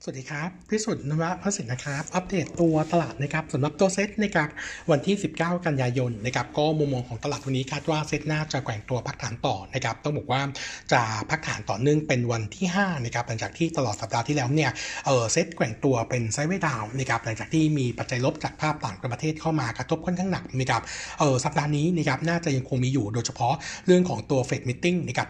สวัสดีครับพิสุทธิ์นวพสินนะครับอัปเดตตัวตลาดนะครับสำหรับตัวเซ็ตนะครับวันที่19กันยายนนะครับก็มุมมองของตลาดวันนี้คาดว่าเซ็ตน่าจะแกว่งตัวพักฐานต่อนะครับต้องบอกว่าจะพักฐานต่อเนื่องเป็นวันที่5นะครับหลังจากที่ตลอดสัปดาห์ที่แล้วเนี่ยเซ็ตแกว่งตัวเป็นไซด์เวย์ดาวน์นะครับหลังจากที่มีปัจจัยลบจากภาพต่างประเทศเข้ามากระทบค่อนข้างหนักนะครับสัปดาห์นี้นะครับน่าจะยังคงมีอยู่โดยเฉพาะเรื่องของตัวเฟดมิทติ้งนะครับ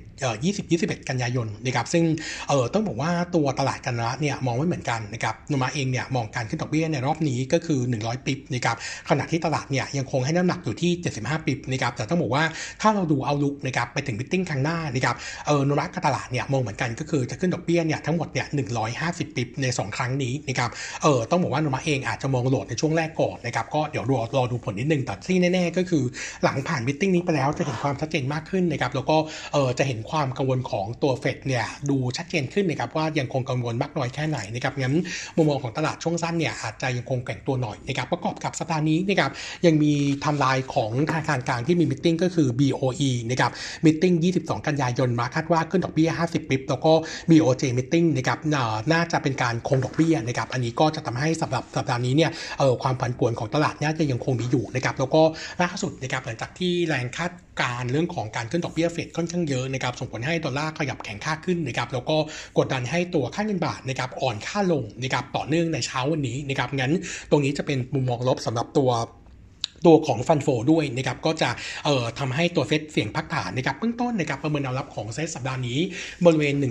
20 กันยายนนะครับซึ่งต้องบอกว่าตัวตลาดกันละเนี่ยมองไม่เหมือนกันนะครับโนมาเองเนี่ยมองการขึ้นดอกเบี้ยในรอบนี้ก็คือ100ปิบนะครับขณะที่ตลาดเนี่ยยังคงให้น้ำหนักอยู่ที่75ปิบนะครับแต่ต้องบอกว่าถ้าเราดูเอาลุกนะครับไปถึงมิทติ้งครั้งหน้านะครับโนมากับตลาดเนี่ยมองเหมือนกันก็คือจะขึ้นดอกเบี้ยเนี่ยทั้งหมดเนี่ย150ปิบใน2ครั้งนี้นะครับต้องบอกว่าโนมาเองอาจจะมองโหลดในช่วงแรกก่อนนะครับก็เดี๋ยวรอดูผลนิดนึงแต่ที่แน่ๆก็คือหลังผ่านมิทติ้งนี้ไปแล้วจะเห็นความชัดเจนมากขึ้นนะครับแล้วก็จะเห็นความกังวลของตัวเฟดเนี่ยดูชัดเจนขึ้นนะครับว่ายังคงกังวลมากน้อยแค่ไหนนะครับงั้นมุมมองของตลาดช่วงสั้นเนี่ยอาจจะยังคงแกว่งตัวหน่อยนะครับประกอบกับสัปดาห์นี้นะครับยังมีไทม์ไลน์ของธนาคารกลางที่มีมิทติ้งก็คือ BOE นะครับมิทติ้ง22กันยายนมาคาดว่าขึ้นดอกเบี้ย50ปิบแล้วก็ BOJ มิทติ้งนะครับน่าจะเป็นการคงดอกเบี้ยนะครับอันนี้ก็จะทำให้สำหรับสัปดาห์นี้เนี่ยความผันผวนของตลาดน่าจะยังคงมีอยู่นะครับแล้วก็ล่าสุดนะครับหลังจากที่แรงคาดการเรื่องของการขึ้นดอกเบี้ยเฟดค่อนข้างเยอะนะครับส่งผลให้ดอลลาร์ขยับแข็งค่าขึ้นนะครับแล้วก็กดดันให้ตัวค่าเงินบาทนะครับอ่อนค่าลงนะครับต่อเนื่องในเช้าวันนี้นะครับงั้นตรงนี้จะเป็นมุมมองลบสำหรับตัวของฟันโฟด้วยนะครับก็จะทำให้ตัวเซ็ตเสี่ยงพักฐานนะครับเบื้องต้นนะครับประเมินแนวรับของเซ็ตสัปดาห์นี้บริเวณ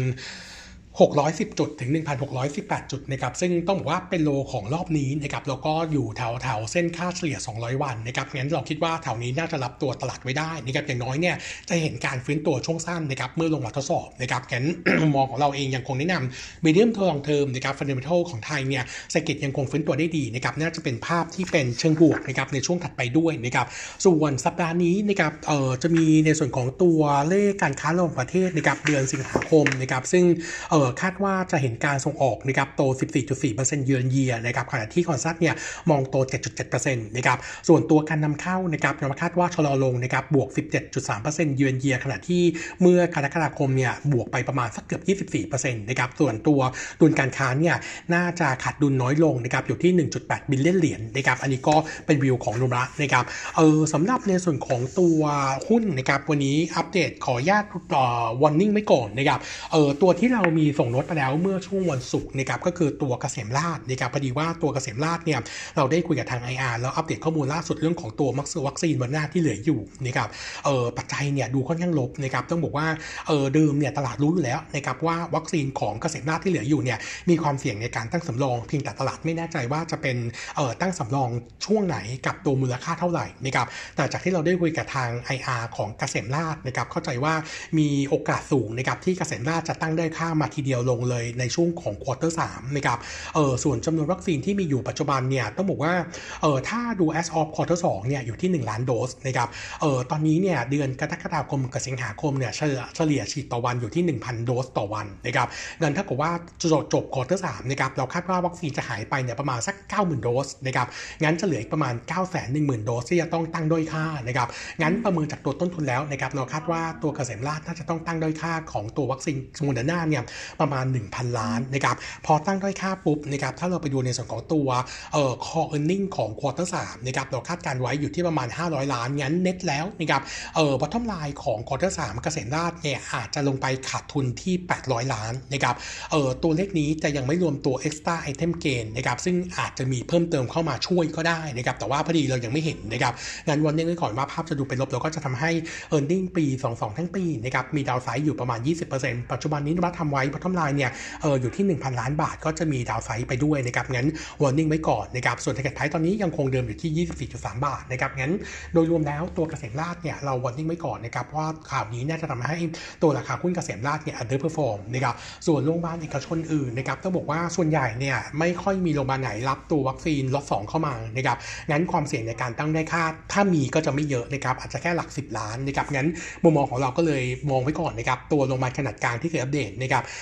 610 จุดถึง 1,618 จุดนะครับซึ่งต้องบอกว่าเป็นโลของรอบนี้นะครับแล้วก็อยู่แถวเส้นค่าเฉลี่ย200วันนะครับงั้นเราคิดว่าแถวนี้น่าจะรับตัวตลาดไว้ได้นะครับอย่างน้อยเนี่ยจะเห็นการฟื้นตัวช่วงสั้นนะครับเมื่อลงมาทดสอบนะครับงั้น มองของเราเองยังคงแนะนำ medium to long term นะครับ fundamental ของไทยเนี่ยเศรษฐกิจยังคงฟื้นตัวได้ดีนะครับน่าจะเป็นภาพที่เป็นเชิงบวกนะครับในช่วงถัดไปด้วยนะครับส่วนสัปดาห์นี้นะครับจะมีในส่วนของตัวเลขการค้าระหว่างประเทศนะครับเดือนสิงหาคมนะครับซึ่งคาดว่าจะเห็นการส่งออกนะครับโต 14.4% year-on-year นะครับขณะที่คอนซัลท์เนี่ยมองโต 7.7% นะครับส่วนตัวการนำเข้านะครับคาดว่าชะลอลงนะครับบวก 17.3% year-on-year ขณะที่เมื่อกรกฎาคมเนี่ยบวกไปประมาณสักเกือบ 24% นะครับส่วนตัวดุลการค้าเนี่ยน่าจะขาดดุลน้อยลงนะครับอยู่ที่ 1.8 บิลเลียนเหรียญนะครับอันนี้ก็เป็นวิวของนุมระนะครับสำหรับในส่วนของตัวหุ้นนะครับวันนี้อัปเดตขออนุญาตwarning ไว้ก่อนนะครับตัวที่เรามีส่งโน้ตไปแล้วเมื่อช่วงวันศุกร์นะครับก็คือตัวเกษมราษฎร์นะครับพอดีว่าตัวเกษมราษฎร์เนี่ยเราได้คุยกับทาง IR แล้วอัปเดตข้อมูลล่าสุดเรื่องของตัววัคซีนวันหน้าที่เหลืออยู่นะครับปัจจัยเนี่ยดูค่อนข้างลบนะครับต้องบอกว่าเดิมเนี่ยตลาดรู้อยู่แล้วนะครับว่าวัคซีนของเกษมราษฎร์ที่เหลืออยู่เนี่ยมีความเสี่ยงในการตั้งสำรองเพียงแต่ตลาดไม่แน่ใจว่าจะเป็นตั้งสำรองช่วงไหนกับตัวมูลค่าเท่าไหร่นะครับแต่จากที่เราได้คุยกับทาง IR ของเกษมราษฎร์นะครับเข้าใจว่ามีโอกาสสูงนะครับที่เกษมราษฎร์จะตั้งได้ค่ามาทีเดียวลงเลยในช่วงของควอเตอร์3นะครับส่วนจำนวนวัคซีนที่มีอยู่ปัจจุบันเนี่ยต้องบอกว่าถ้าดู as of quarter 2เนี่ยอยู่ที่1ล้านโดสนะครับตอนนี้เนี่ยเดือนกรกฎาคมกับสิงหาคมเนี่ยเฉลี่ยฉีดต่อวันอยู่ที่ 1,000 โดสต่อวันนะครับงั้นถ้าเกิดว่าจบควอเตอร์3นะครับเราคาดว่าวัคซีนจะหายไปเนี่ยประมาณสัก 90,000 โดสนะครับงั้นจะเหลืออีกประมาณ 910,000 โดสที่จะต้องตั้งด้อยค่านะครับงั้นประเมินจากตัวต้นทุนแล้วนะครับเราคาดว่าตัวเกษมราษฎร์น่าจะต้องตั้งด้อยค่าของตัววัคซีนโมเดอร์นาเนี่ยประมาณ 1,000 ล้านนะครับพอตั้งด้อยค่าปุ๊บนะครับถ้าเราไปดูในส่วนของตัวcore earning ของ quarter 3นะครับเราคาดการไว้อยู่ที่ประมาณ500ล้านงั้นเน็ตแล้วนะครับbottom line ของ quarter 3เกษมราษฎร์เนี่ยอาจจะลงไปขาดทุนที่800ล้านนะครับตัวเลขนี้จะยังไม่รวมตัว extra item gain นะครับซึ่งอาจจะมีเพิ่มเติมเข้ามาช่วยก็ได้นะครับแต่ว่าพอดีเรายังไม่เห็นนะครับงั้นวันนี้ไว้ก่อนว่าภาพจะดูเป็นลบแล้วก็จะทำให้ earning ปี22ทั้งปีนะครับมีดาวไซด์อยู่ประมาณ 20% ปัจจุบันนี้เราทำไว้ bottom line เนี่ยอยู่ที่ 1,000 ล้านบาทก็จะมีดาวไซด์ไปด้วยนะครับงั้น warning ไว้ก่อนนะครับส่วน target price ตอนนี้ยังคงเดิมอยู่ที่ 24.3 บาทนะครับงั้นโดยรวมแล้วตัวเกษมราษฎร์เนี่ยเรา warning ไว้ก่อนนะครับว่าข่าวนี้น่าจะทำให้ตัวราคาหุ้นเกษมราษฎร์เนี่ย underperform นะครับส่วนโรงพยาบาลเอกชนอื่นนะครับต้องบอกว่าส่วนใหญ่เนี่ยไม่ค่อยมีโรงพยาบาลไหนรับตัววัคซีนล็อต2เข้ามานะครับงั้นความเสี่ยงในการตั้งได้ค่าถ้ามีก็จะไม่เยอะนะครับอาจจะแค่หลัก10ล้านนะครับงั้นมุมมองของเราก็เลยมองไว้ก่อนนะครับตัวโรงพยาบาลขนาดกลางที่เคยอัปเดตนะครับ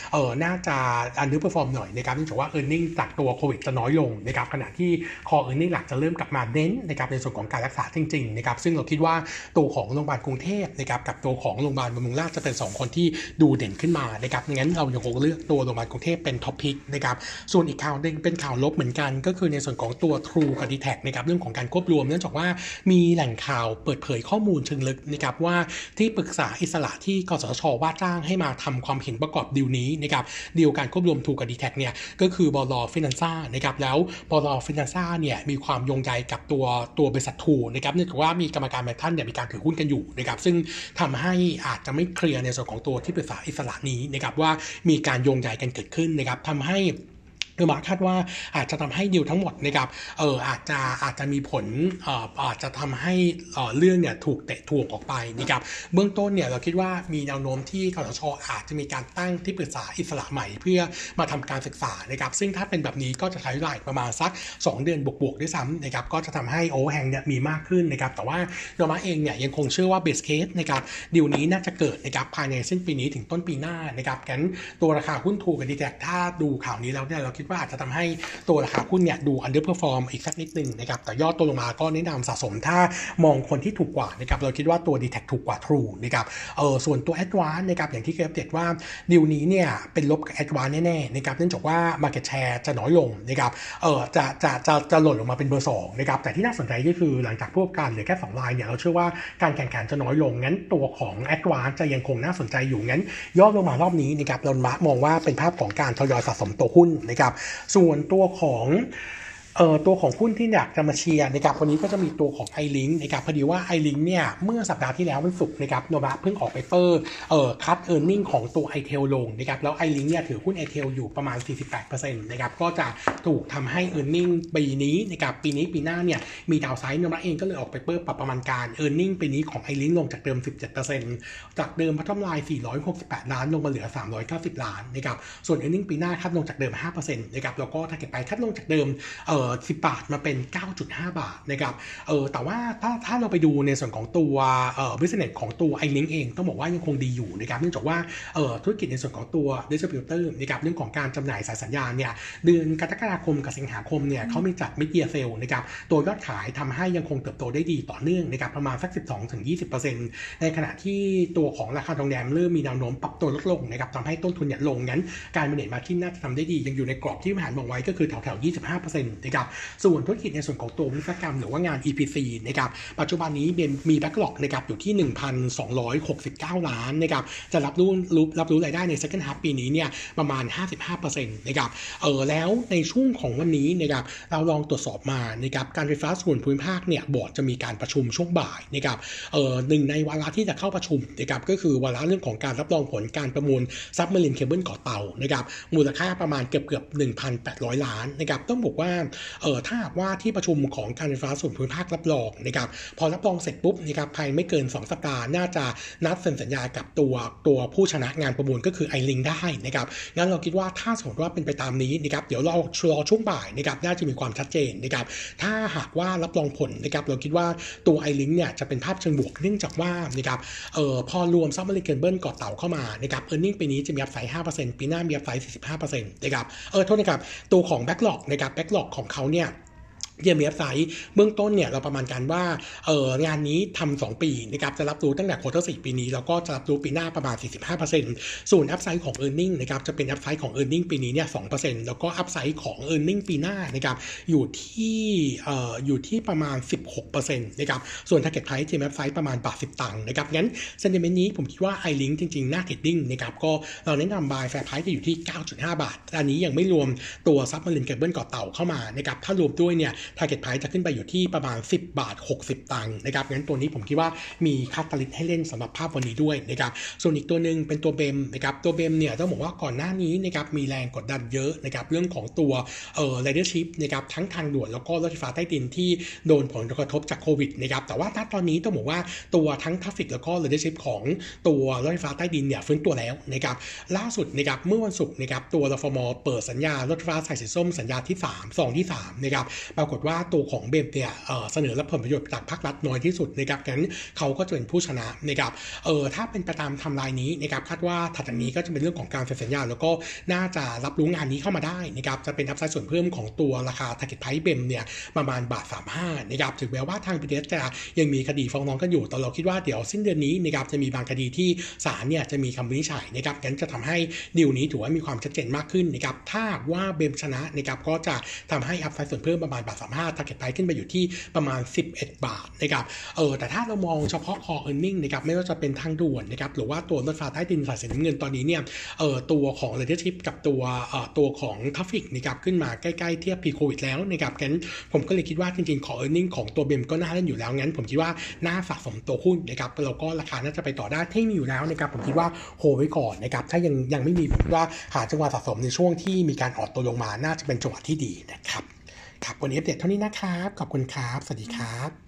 น่าจะunderperform หน่อยนะครับเนื่องจากว่า earning จากตัวโควิดจะน้อยลงนะครับขณะที่ core earning หลักจะเริ่มกลับมาเน้นนะครับในส่วนของการรักษาจริงๆนะครับซึ่งเราคิดว่าตัวของโรงพยาบาลกรุงเทพนะครับกับตัวของโรงพยาบาลบำรุงราษฎร์จะเป็น2คนที่ดูเด่นขึ้นมานะครับงั้นเรายังคงเลือกตัวโรงพยาบาลกรุงเทพเป็นท็อปพิกนะครับส่วนอีกข่าวนึงเป็นข่าวลบเหมือนกันก็คือในส่วนของตัว True กับ D-Tag นะครับเรื่องของการควบรวมเนื่องจากว่ามีแหล่งข่าวเปิดเผยข้อมูลเชิงลึกนะครับว่าที่ปรึกษาอิสระที่กสช.ว่าจ้างให้มาทำความเห็นประกอบดีลนี้นะครับดีลการควบรวม True กับ D-Tag เนี่ยก็คือบล.ฟินันซ่านะครับแล้วบล.ฟินันซ่าเนี่ยมีความโยงใยกับตัวบริษัท True นะครับเนื่องจากว่ามีกรรมการบางท่านเนี่ยมีการถือหุ้นกันอยู่นะครับซึ่งทำให้อาจจะไม่เคลียร์ในส่วนของตัวที่ปรึกษาอิสระนี้นะครับว่ามีการโยงใยกันเกิดขึ้นนะครับทำให้มาคาดว่าอาจจะทำให้ดีลทั้งหมดนะครับอาจจะมีผลอาจจะทำให้เรื่องเนี่ยถูกเตะถ่วงออกไปนะครับเบื้องต้นเนี่ยเราคิดว่ามีแนวโน้มที่กสช.อาจจะมีการตั้งที่ปรึกษาอิสระใหม่เพื่อมาทำการศึกษานะครับซึ่งถ้าเป็นแบบนี้ก็จะใช้เวลาประมาณสัก2 เดือนบวกๆด้วยซ้ำนะครับก็จะทำให้โอเวอร์แฮงเนี่ยมีมากขึ้นนะครับแต่ว่าตัวมาเองเนี่ยยังคงเชื่อว่าเบสเคสนะครับดีลนี้น่าจะเกิดนะครับภายในสิ้นปีนี้ถึงต้นปีหน้านะครับงั้นตัวราคาหุ้นTrueกับ D-Tag ถ้าดูข่าวนี้แล้วเนี่ยเราคิดว่าอาจจะทำให้ตัวราคาหุ้นเนี่ยดู underperform อีกสักนิดนึงนะครับแต่ยอดตัวลงมาก็แนะนำสะสมถ้ามองคนที่ถูกกว่านะครับเราคิดว่าตัว D-Tag ถูกกว่า True นะครับส่วนตัว Advance นะครับอย่างที่เคยอัปเดตว่าดีลนี้เนี่ยเป็นลบกับ Advance แน่ๆนะครับเนื่องจากว่า market share จะน้อยลงนะครับจะหล่นลงมาเป็นเบอร์2นะครับแต่ที่น่าสนใจก็คือหลังจากผู้ประกอบการเหลือแค่2รายเนี่ยเราเชื่อว่าการแข่งขันจะน้อยลงงั้นตัวของ Advance จะยังคงน่าสนใจอยู่งั้นย่อลงมารอบนี้นะครับเรามองว่าเป็นภาพของการทยอยสะสมตัวหุ้นนะครับส่วนตัวของหุ้นที่อยากจะมาเชียร์นะครับวันนี้ก็จะมีตัวของ iLink นะครับพอดีว่า iLink เนี่ยเมื่อสัปดาห์ที่แล้ววันศุกร์นะครับโนบะเพิ่งออกเปเปอร์คัท earning ของตัว iTel ลงนะครับแล้ว iLink เนี่ยถือหุ้น iTel อยู่ประมาณ 48% นะครับก็จะถูกทำให้ earning ปีนี้นะครับปีหน้าเนี่ยมีดาวไซด์โนบะเองก็เลยออกเปเปอร์ปรับประมาณการ earning ปีนี้ของ iLink ลงจากเดิม 17% จากเดิมพัฒนา468 ล้านลงมาเหลือ390 ล้านนะครับส่วน earning ปีหน้าคัดลงจากเดิม 5% นะครับแล้วก็ target ไปคัดลงจากเดิม10 บาทมาเป็น 9.5 บาทนะครับแต่ว่าถ้าเราไปดูในส่วนของตัวbusiness ของตัว iLink เองต้องบอกว่ายังคงดีอยู่นะครับเนื่องจากว่าธุรกิจในส่วนของตัว distributor นะครับเรื่องของการจำหน่ายสายสัญญาณเนี่ยเดือนกรกฎาคมกับสิงหาคมเนี่ยเขามีจัด mid year sale นะครับตัวยอดขายทำให้ยังคงเติบโตได้ดีต่อเนื่องนะครับประมาณสัก 12-20% ในขณะที่ตัวของราคาทองแดงเริ่มมีแนวโน้มปรับตัวลดลงนะครับทำให้ต้นทุนเนี่ยลงงั้นการ manage margin น่าจะทำได้ดียังอยู่ในกรอบที่บริหารมองไว้ก็คือแถวๆ 25% นะครับส่วนธุรกิจในส่วนของตัววิศวกรรมหรือว่างาน EPC นะครับปัจจุบันนี้มีแบ็กหลอกนะครับอยู่ที่ 1,269 ล้านนะครับจะรับรู้รายได้ใน second half ปีนี้เนี่ยประมาณ 55% นะครับแล้วในช่วงของวันนี้นะครับเราลองตรวจสอบมานะครับการไฟฟ้าส่วนภูมิภาคเนี่ยบอร์ดจะมีการประชุมช่วงบ่ายนะครับหนึ่งในวาระที่จะเข้าประชุมนะครับก็คือวาระเรื่องของการรับรองผลการประมูลซับเมรินเคเบิลเกาะเต่านะครับมูลค่าประมาณเกือบ 1,800 ล้านนะครับต้องบอกว่าถ้าหากว่าที่ประชุมของการไฟฟ้าส่วนภูมิภาครับรองนะครับพอรับรองเสร็จปุ๊บนะครับภายไม่เกิน2 สัปดาห์น่าจะนัดเซ็นสัญญากับตัวผู้ชนะงานประมูลก็คือ iLink ได้นะครับงั้นเราคิดว่าถ้าสมมติว่าเป็นไปตามนี้นะครับเดี๋ยวเรารอช่วงบ่ายนะครับน่าจะมีความชัดเจนนะครับถ้าหากว่ารับรองผลนะครับเราคิดว่าตัว iLink เนี่ยจะเป็นภาพเชิงบวกเนื่องจากว่านะครับพอรวมซับเมรินเคเบิลเกาะเต่าเข้ามานะครับ earning ปีนี้จะมีอัพไซด์ 5% ปีหน้ามีอัพไซด์ 45% นะครับโทษนะครับตัวของ backlog นะครับ backlog ของเขาเนี่ยEMF ไซส์เบื้องต้นเนี่ยเราประมาณการว่างานนี้ทำ2 ปีนะครับจะรับรู้ตั้งแต่ควอเตอร์ 4ปีนี้แล้วก็จะรับรู้ปีหน้าประมาณ 45% ส่วนอัพไซด์ของ earning นะครับจะเป็นอัพไซด์ของ earning ปีนี้เนี่ย 2% แล้วก็อัพไซด์ของ earning ปีหน้านะครับอยู่ที่ประมาณ 16% นะครับส่วน target price EMF ไซส์ประมาณ80 ตังค์นะครับงั้น sentiment นี้ผมคิดว่า iLink จริงๆน่าเทรดดิ้งนะครับก็เราแนะนำ buy fair price จะอยู่ที่ 9.5 บาทอันนี้ยังไม่รวมตัว Submarine Cable เกาะเต่าเข้ามานะครับถ้ารวมด้วยเนี่ยtarget price จะขึ้นไปอยู่ที่ประมาณ10 บาท 60 ตังค์นะครับงั้นตัวนี้ผมคิดว่ามีคาตาลิสต์ให้เล่นสำหรับภาพวันนี้ด้วยนะครับส่วนอีกตัวนึงเป็นตัวเบมนะครับตัวเบมเนี่ยต้องบอกว่าก่อนหน้านี้นะครับมีแรงกดดันเยอะนะครับเรื่องของตัวridership นะครับทั้งทางด่วนแล้วก็รถไฟฟ้าใต้ดินที่โดนผลกระทบจากโควิดนะครับแต่ว่าตอนนี้ต้องบอกว่าตัวทั้งทราฟฟิกแล้วก็ ridership ของตัวรถไฟฟ้าใต้ดินเนี่ยฟื้นตัวแล้วนะครับล่าสุดนะครับเมื่อวันศุกร์นะครับตัวรฟม.เปิดสัญญารถไฟฟ้าสายสีส้มสัญญาที่3ซองที่3นะครับปรากฏฏว่าตัวของเบมเนี่ยเสนอรับผลประโยชน์จากภาครัฐน้อยที่สุดนะครับงั้นเขาก็จะเป็นผู้ชนะนะครับถ้าเป็นไปตามไทม์ไลน์นี้นะครับคาดว่าถัดจากนี้ก็จะเป็นเรื่องของการเซ็นสัญญาแล้วก็น่าจะรับรู้งานนี้เข้ามาได้นะครับจะเป็นอัพไซด์ส่วนเพิ่มของตัวราคา target price เบมเนี่ยประมาณบาท35นะครับถึงแม้ว่าทาง BTS จะยังมีคดีฟ้องร้องกันอยู่แต่เราคิดว่าเดี๋ยวสิ้นเดือนนี้นะครับจะมีบางคดีที่ศาลเนี่ยจะมีคำวินิจฉัยนะครับงั้นจะทำให้ดีลนี้ถือว่ามีความชัดเจนมากขึ้นนะครับถ้าว่าเบมชนะนะครับก็จะทำให้อัพไซด์ส่วนเพิ่มประมาณบาท35 target price ขึ้นไปอยู่ที่ประมาณ11 บาทนะครับแต่ถ้าเรามองเฉพาะ core earning นะครับไม่ว่าจะเป็นทางด่วนนะครับหรือว่าตัวรถไฟฟ้าใต้ดินสายสีน้ำเงินตอนนี้เนี่ยตัวของ leadership กับตัวของ traffic นะครับขึ้นมาใกล้ๆเทียบ pre covid แล้วนะครับงั้นผมก็เลยคิดว่าจริงๆ core earning ของตัวเบมก็น่าเล่นอยู่แล้วงั้นผมคิดว่าน่าสะสมตัวหุ้นนะครับแล้วก็ราคาน่าจะไปต่อได้ที่มีอยู่แล้วนะครับผมคิดว่าโฮไว้ก่อนนะครับถ้ายังไม่มีผมคิดว่าหาจังหวะสะสมในช่วงที่มีการอ่อนตัวลงมาน่าจะเป็นจังหวะที่ดีนะครับครับวันนี้อัปเดตเท่านี้นะครับขอบคุณครับสวัสดีครับ